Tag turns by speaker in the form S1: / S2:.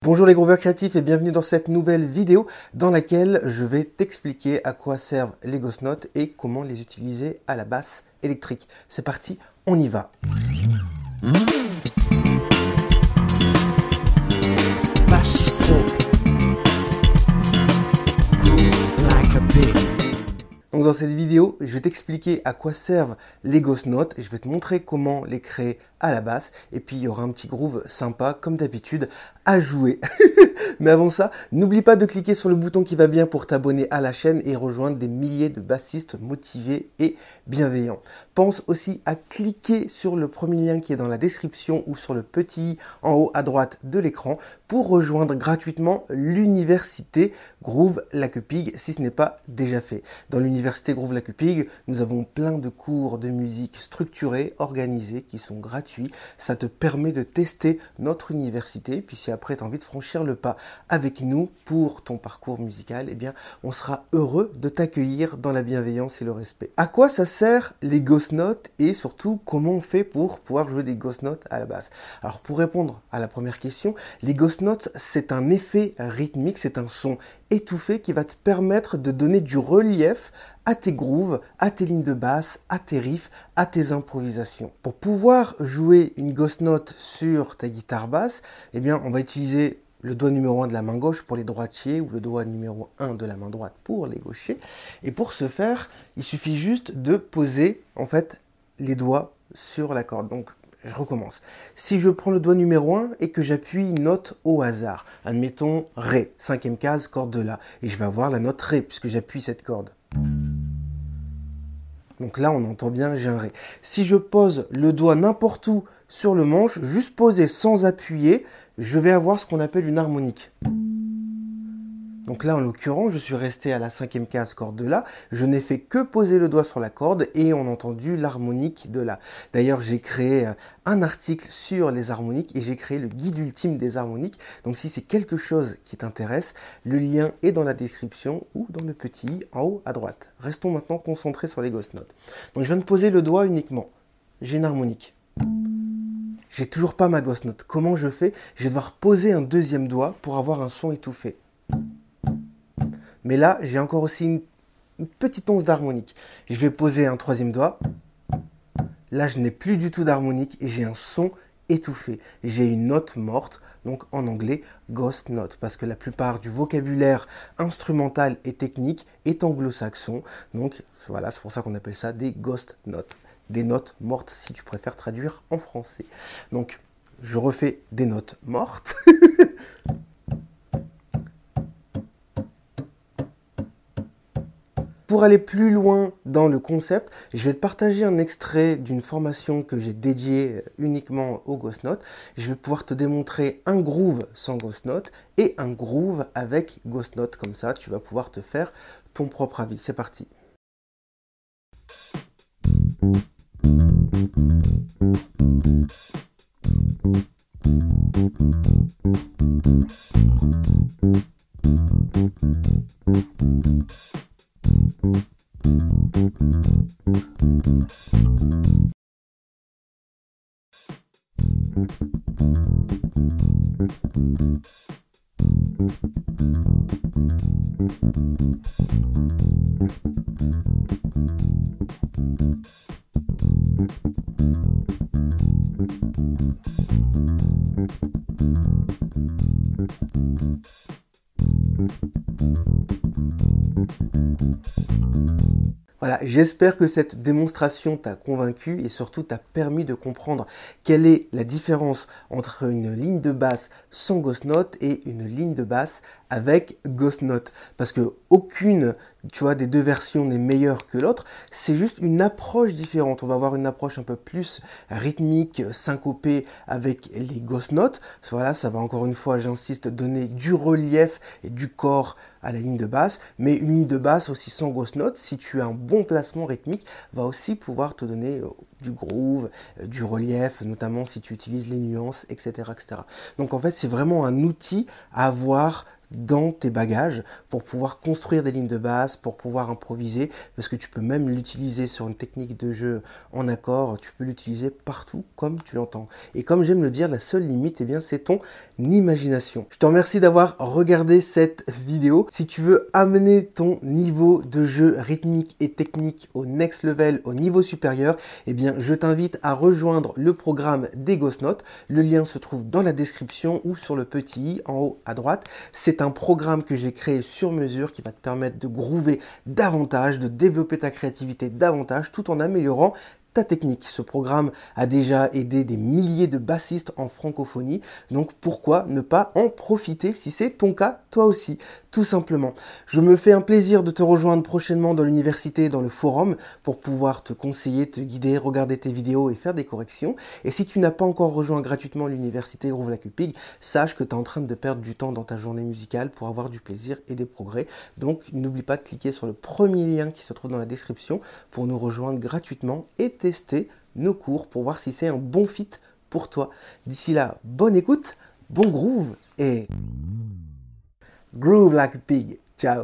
S1: Bonjour les grooveurs créatifs et bienvenue dans cette nouvelle vidéo dans laquelle je vais t'expliquer à quoi servent les ghost notes et comment les utiliser à la basse électrique. C'est parti, on y va. Donc dans cette vidéo, je vais t'expliquer à quoi servent les ghost notes et je vais te montrer comment les créer à la basse. Et puis il y aura un petit groove sympa, comme d'habitude, à jouer. Mais avant ça, n'oublie pas de cliquer sur le bouton qui va bien pour t'abonner à la chaîne et rejoindre des milliers de bassistes motivés et bienveillants. Pense aussi à cliquer sur le premier lien qui est dans la description ou sur le petit i en haut à droite de l'écran pour rejoindre gratuitement l'université Groove Lacupig si ce n'est pas déjà fait. Dans l'université Groove Lacupig, nous avons plein de cours de musique structurés, organisés, qui sont gratuits. Ça te permet de tester notre université. Puis si après tu as envie de franchir le pas avec nous pour ton parcours musical, eh bien, on sera heureux de t'accueillir dans la bienveillance et le respect. À quoi ça sert les ghost notes et surtout comment on fait pour pouvoir jouer des ghost notes à la basse? Alors pour répondre à la première question, les ghost notes, c'est un effet rythmique, c'est un son étouffé qui va te permettre de donner du relief à tes grooves, à tes lignes de basse, à tes riffs, à tes improvisations. Pour pouvoir jouer une ghost note sur ta guitare basse, eh bien, on va utiliser le doigt numéro 1 de la main gauche pour les droitiers ou le doigt numéro 1 de la main droite pour les gauchers. Et pour ce faire, il suffit juste de poser en fait les doigts sur la corde. Donc je recommence. Si je prends le doigt numéro 1 et que j'appuie une note au hasard, admettons Ré, cinquième case, corde de La, et je vais avoir la note Ré puisque j'appuie cette corde. Donc là, on entend bien, j'ai un Ré. Si je pose le doigt n'importe où sur le manche, juste posé sans appuyer, je vais avoir ce qu'on appelle une harmonique. Donc là, en l'occurrence, je suis resté à la cinquième case, corde de La. Je n'ai fait que poser le doigt sur la corde et on a entendu l'harmonique de La. D'ailleurs, j'ai créé un article sur les harmoniques et j'ai créé le guide ultime des harmoniques. Donc si c'est quelque chose qui t'intéresse, le lien est dans la description ou dans le petit i en haut à droite. Restons maintenant concentrés sur les ghost notes. Donc je viens de poser le doigt uniquement. J'ai une harmonique. J'ai toujours pas ma ghost note. Comment je fais? Je vais devoir poser un deuxième doigt pour avoir un son étouffé. Mais là, j'ai encore aussi une petite once d'harmonique. Je vais poser un troisième doigt. Là, je n'ai plus du tout d'harmonique et j'ai un son étouffé. J'ai une note morte, donc en anglais, ghost note, parce que la plupart du vocabulaire instrumental et technique est anglo-saxon. Donc voilà, c'est pour ça qu'on appelle ça des ghost notes. Des notes mortes, si tu préfères traduire en français. Donc, je refais des notes mortes. Pour aller plus loin dans le concept, je vais te partager un extrait d'une formation que j'ai dédiée uniquement aux ghost notes. Je vais pouvoir te démontrer un groove sans ghost note et un groove avec ghost note. Comme ça, tu vas pouvoir te faire ton propre avis. C'est parti. Voilà, j'espère que cette démonstration t'a convaincu et surtout t'a permis de comprendre quelle est la différence entre une ligne de basse sans ghost note et une ligne de basse avec ghost note. Parce que aucune, tu vois, des deux versions n'est meilleure que l'autre. C'est juste une approche différente. On va avoir une approche un peu plus rythmique, syncopée avec les ghost notes. Voilà, ça va encore une fois, j'insiste, donner du relief et du corps à la ligne de basse, mais une ligne de basse aussi sans ghost note, si tu as un bon placement rythmique, va aussi pouvoir te donner du groove, du relief, notamment si tu utilises les nuances, etc., etc. Donc en fait, c'est vraiment un outil à avoir dans tes bagages pour pouvoir construire des lignes de basse, pour pouvoir improviser, parce que tu peux même l'utiliser sur une technique de jeu en accord, tu peux l'utiliser partout comme tu l'entends. Et comme j'aime le dire, la seule limite, eh bien, c'est ton imagination. Je te remercie d'avoir regardé cette vidéo. Si tu veux amener ton niveau de jeu rythmique et technique au next level, au niveau supérieur, eh bien, je t'invite à rejoindre le programme des Ghost Notes. Le lien se trouve dans la description ou sur le petit i en haut à droite. C'est un programme que j'ai créé sur mesure qui va te permettre de groover davantage, de développer ta créativité davantage tout en améliorant ta technique. Ce programme a déjà aidé des milliers de bassistes en francophonie, donc pourquoi ne pas en profiter si c'est ton cas, toi aussi, tout simplement. Je me fais un plaisir de te rejoindre prochainement dans l'université, dans le forum, pour pouvoir te conseiller, te guider, regarder tes vidéos et faire des corrections. Et si tu n'as pas encore rejoint gratuitement l'université Groove Like a Pig, sache que tu es en train de perdre du temps dans ta journée musicale pour avoir du plaisir et des progrès. Donc n'oublie pas de cliquer sur le premier lien qui se trouve dans la description pour nous rejoindre gratuitement et tester nos cours pour voir si c'est un bon fit pour toi. D'ici là, bonne écoute, bon groove et groove like a pig. Ciao.